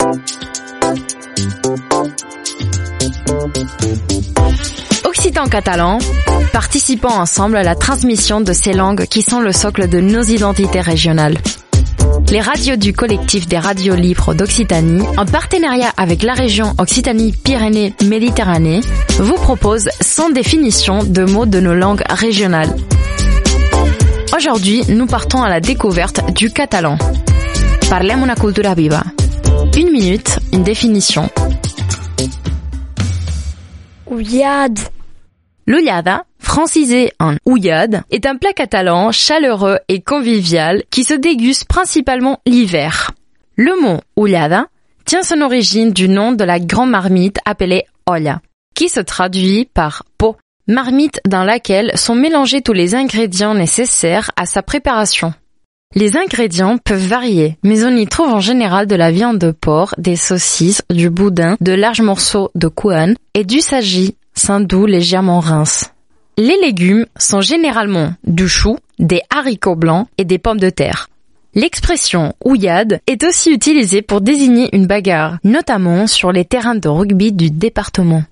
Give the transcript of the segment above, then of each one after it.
Occitan catalan, participons ensemble à la transmission de ces langues qui sont le socle de nos identités régionales. Les radios du collectif des radios libres d'Occitanie, en partenariat avec la région Occitanie-Pyrénées-Méditerranée, vous proposent 100 définitions de mots de nos langues régionales. Aujourd'hui, nous partons à la découverte du catalan. Parlem una cultura viva. 1 minute, une définition. Ouillade. L'ullada, francisé en ouillade, est un plat catalan chaleureux et convivial qui se déguste principalement l'hiver. Le mot ullada tient son origine du nom de la grande marmite appelée olla, qui se traduit par pot, marmite dans laquelle sont mélangés tous les ingrédients nécessaires à sa préparation. Les ingrédients peuvent varier, mais on y trouve en général de la viande de porc, des saucisses, du boudin, de larges morceaux de couenne et du sagí, sein doux légèrement rince. Les légumes sont généralement du chou, des haricots blancs et des pommes de terre. L'expression ouillade est aussi utilisée pour désigner une bagarre, notamment sur les terrains de rugby du département.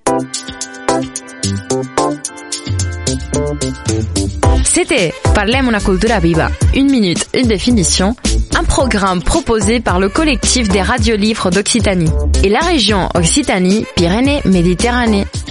C'était Parlem una cultura viva, 1 minute, une définition, un programme proposé par le collectif des radios libres d'Occitanie et la région Occitanie-Pyrénées-Méditerranée.